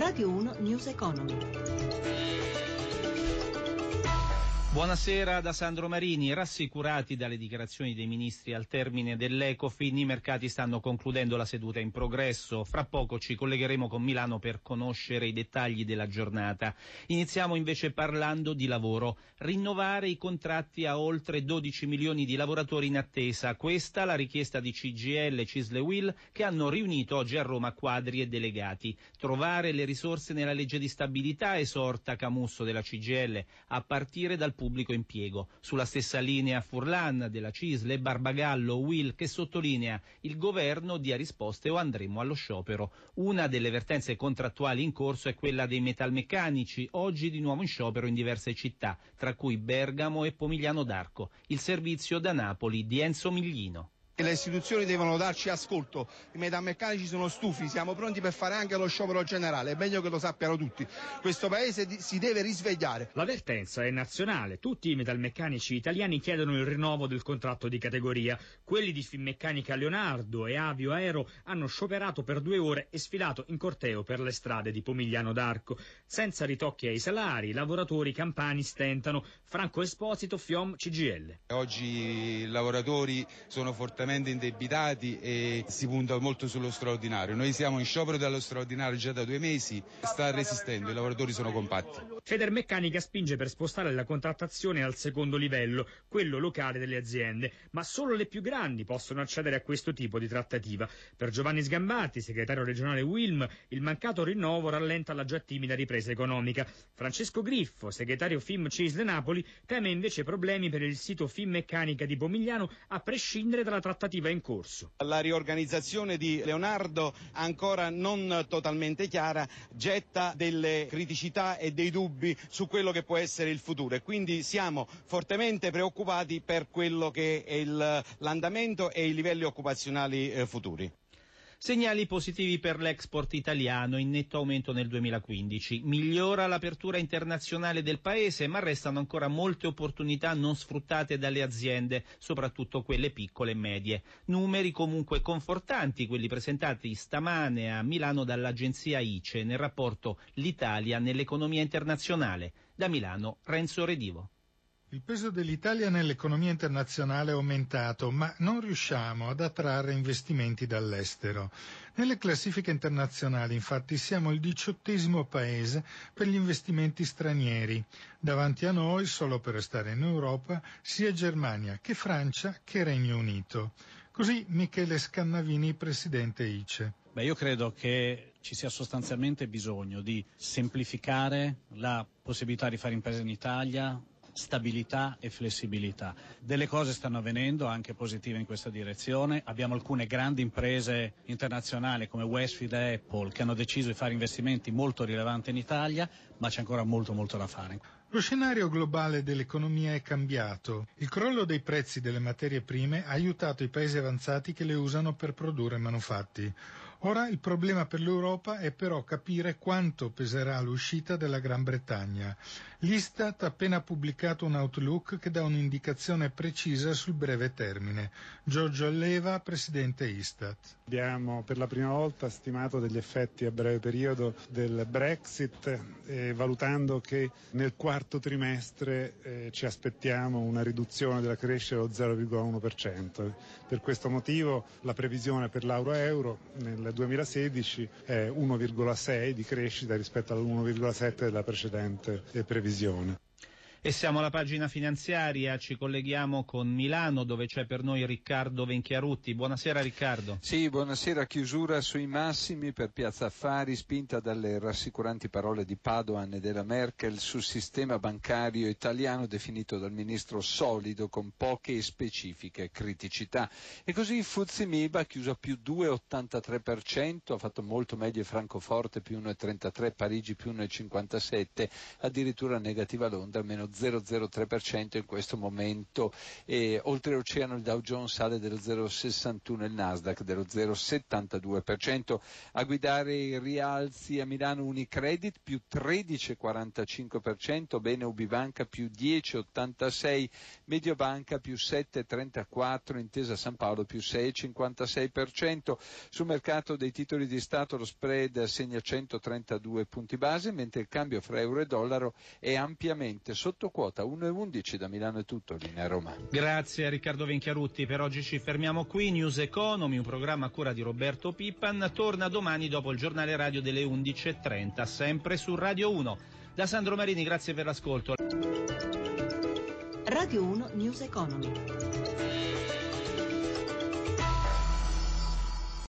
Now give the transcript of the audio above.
Radio 1 News Economy. Buonasera da Sandro Marini. Rassicurati dalle dichiarazioni dei ministri al termine dell'Ecofin, i mercati stanno concludendo la seduta in progresso. Fra poco ci collegheremo con Milano per conoscere i dettagli della giornata. Iniziamo invece parlando di lavoro. Rinnovare i contratti a oltre 12 milioni di lavoratori in attesa. Questa la richiesta di CGIL e CISL e UIL che hanno riunito oggi a Roma quadri e delegati. Trovare le risorse nella legge di stabilità, esorta Camusso della CGIL, a partire dal pubblico impiego. Sulla stessa linea Furlan della CISL e Barbagallo UIL che sottolinea: il governo dia risposte o andremo allo sciopero. Una delle vertenze contrattuali in corso è quella dei metalmeccanici, oggi di nuovo in sciopero in diverse città, tra cui Bergamo e Pomigliano d'Arco. Il servizio da Napoli di Enzo Miglino. Le istituzioni devono darci ascolto, i metalmeccanici sono stufi, siamo pronti per fare anche lo sciopero generale, è meglio che lo sappiano tutti. Questo paese si deve risvegliare. La vertenza è nazionale, tutti i metalmeccanici italiani chiedono il rinnovo del contratto di categoria. Quelli di Finmeccanica Leonardo e Avio Aero hanno scioperato per 2 ore e sfilato in corteo per le strade di Pomigliano d'Arco. Senza ritocchi ai salari, i lavoratori campani stentano. Franco Esposito, FIOM CGIL. Oggi i lavoratori sono fortemente indebitati e si punta molto sullo straordinario. Noi siamo in sciopero dello straordinario già da 2 mesi, sta resistendo, i lavoratori sono compatti. Federmeccanica spinge per spostare la contrattazione al secondo livello, quello locale delle aziende, ma solo le più grandi possono accedere a questo tipo di trattativa. Per Giovanni Sgambati, segretario regionale UILM, il mancato rinnovo rallenta la già timida ripresa economica. Francesco Griffo, segretario FIM CISL Napoli, teme invece problemi per il sito Finmeccanica di Pomigliano a prescindere dalla trattativa in corso. La riorganizzazione di Leonardo, ancora non totalmente chiara, getta delle criticità e dei dubbi su quello che può essere il futuro e quindi siamo fortemente preoccupati per quello che è l'andamento e i livelli occupazionali futuri. Segnali positivi per l'export italiano, in netto aumento nel 2015. Migliora l'apertura internazionale del paese, ma restano ancora molte opportunità non sfruttate dalle aziende, soprattutto quelle piccole e medie. Numeri comunque confortanti, quelli presentati stamane a Milano dall'agenzia ICE nel rapporto L'Italia nell'economia internazionale. Da Milano, Renzo Redivo. Il peso dell'Italia nell'economia internazionale è aumentato, ma non riusciamo ad attrarre investimenti dall'estero. Nelle classifiche internazionali, infatti, siamo il 18° paese per gli investimenti stranieri. Davanti a noi, solo per restare in Europa, sia Germania che Francia che Regno Unito. Così Michele Scannavini, presidente ICE. Io credo che ci sia sostanzialmente bisogno di semplificare la possibilità di fare impresa in Italia, stabilità e flessibilità. Delle cose stanno avvenendo anche positive in questa direzione. Abbiamo alcune grandi imprese internazionali come Westfield e Apple che hanno deciso di fare investimenti molto rilevanti in Italia, ma c'è ancora molto da fare. Lo scenario globale dell'economia è cambiato. Il crollo dei prezzi delle materie prime ha aiutato i paesi avanzati che le usano per produrre manufatti. Ora il problema per l'Europa è però capire quanto peserà l'uscita della Gran Bretagna. L'Istat ha appena pubblicato un outlook che dà un'indicazione precisa sul breve termine. Giorgio Alleva, presidente Istat. Abbiamo per la prima volta stimato degli effetti a breve periodo del Brexit, valutando che nel quarto trimestre ci aspettiamo una riduzione della crescita dello 0,1%. Per questo motivo la previsione per l'euro nel 2016 è 1,6 di crescita rispetto all'1,7 della precedente previsione. E siamo alla pagina finanziaria, ci colleghiamo con Milano dove c'è per noi Riccardo Venchiarutti. Buonasera Riccardo. Sì, buonasera. Chiusura sui massimi per Piazza Affari, spinta dalle rassicuranti parole di Padoan e della Merkel sul sistema bancario italiano definito dal ministro solido con poche e specifiche criticità. E così FTSE MIB ha chiuso a più 2,83%, ha fatto molto meglio Francoforte più 1,33%, Parigi più 1,57%, addirittura negativa Londra meno 0,03% in questo momento, e oltreoceano il Dow Jones sale dello 0,61%, il Nasdaq dello 0,72%. A guidare i rialzi a Milano Unicredit più 13,45%, bene Ubibanca più 10,86%, Mediobanca più 7,34%, Intesa San Paolo più 6,56%. Sul mercato dei titoli di Stato lo spread segna 132 punti base, mentre il cambio fra euro e dollaro è ampiamente sotto quota 1,11. Da Milano è tutto, linea Roma. Grazie a Riccardo Venchiarutti, per oggi ci fermiamo qui. News Economy, un programma a cura di Roberto Pippan, torna domani dopo il giornale radio delle 11.30, sempre su Radio 1. Da Sandro Marini, grazie per l'ascolto. Radio 1 News Economy.